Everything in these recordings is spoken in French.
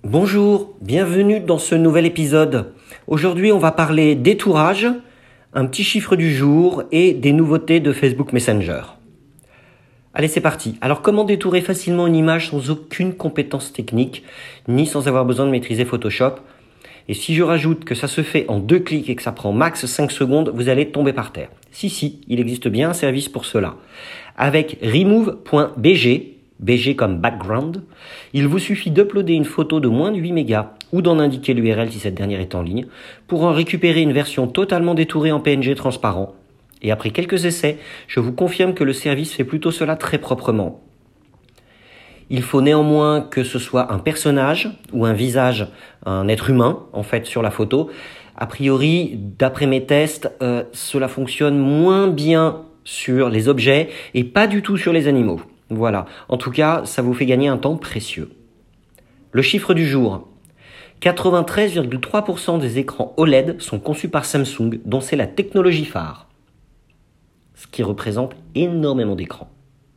Bonjour, bienvenue dans ce nouvel épisode. Aujourd'hui, on va parler détourage, un petit chiffre du jour et des nouveautés de Facebook Messenger. Allez, c'est parti. Alors, comment détourer facilement une image sans aucune compétence technique, ni sans avoir besoin de maîtriser Photoshop? Et si je rajoute que ça se fait en 2 clics et que ça prend max 5 secondes, vous allez tomber par terre. Si, il existe bien un service pour cela. Avec remove.bg, BG comme background, il vous suffit d'uploader une photo de moins de 8 mégas ou d'en indiquer l'URL si cette dernière est en ligne pour en récupérer une version totalement détourée en PNG transparent. Et après quelques essais, je vous confirme que le service fait plutôt cela très proprement. Il faut néanmoins que ce soit un personnage ou un visage, un être humain en fait sur la photo. A priori, d'après mes tests, cela fonctionne moins bien sur les objets et pas du tout sur les animaux. Voilà, en tout cas, ça vous fait gagner un temps précieux. Le chiffre du jour. 93,3% des écrans OLED sont conçus par Samsung, dont c'est la technologie phare. Ce qui représente énormément d'écrans.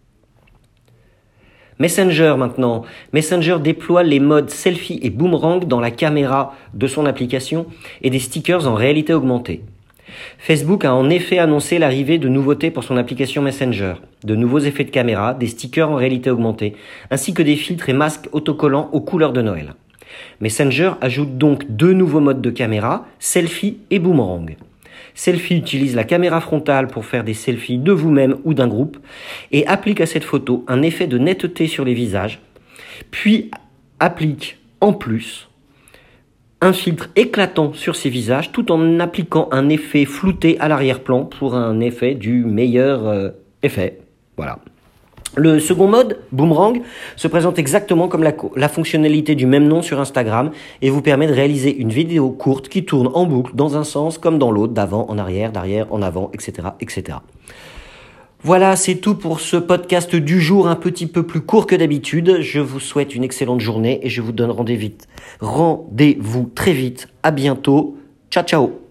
Messenger maintenant. Messenger déploie les modes selfie et boomerang dans la caméra de son application et des stickers en réalité augmentée. Facebook a en effet annoncé l'arrivée de nouveautés pour son application Messenger, de nouveaux effets de caméra, des stickers en réalité augmentée, ainsi que des filtres et masques autocollants aux couleurs de Noël. Messenger ajoute donc 2 nouveaux modes de caméra, selfie et boomerang. Selfie utilise la caméra frontale pour faire des selfies de vous-même ou d'un groupe et applique à cette photo un effet de netteté sur les visages, puis applique en plus un filtre éclatant sur ces visages tout en appliquant un effet flouté à l'arrière-plan pour un effet du meilleur effet. Voilà. Le second mode, Boomerang, se présente exactement comme la fonctionnalité du même nom sur Instagram et vous permet de réaliser une vidéo courte qui tourne en boucle dans un sens comme dans l'autre, d'avant en arrière, d'arrière en avant, etc., etc. Voilà, c'est tout pour ce podcast du jour, un petit peu plus court que d'habitude. Je vous souhaite une excellente journée et je vous donne rendez-vous très vite. À bientôt. Ciao, ciao.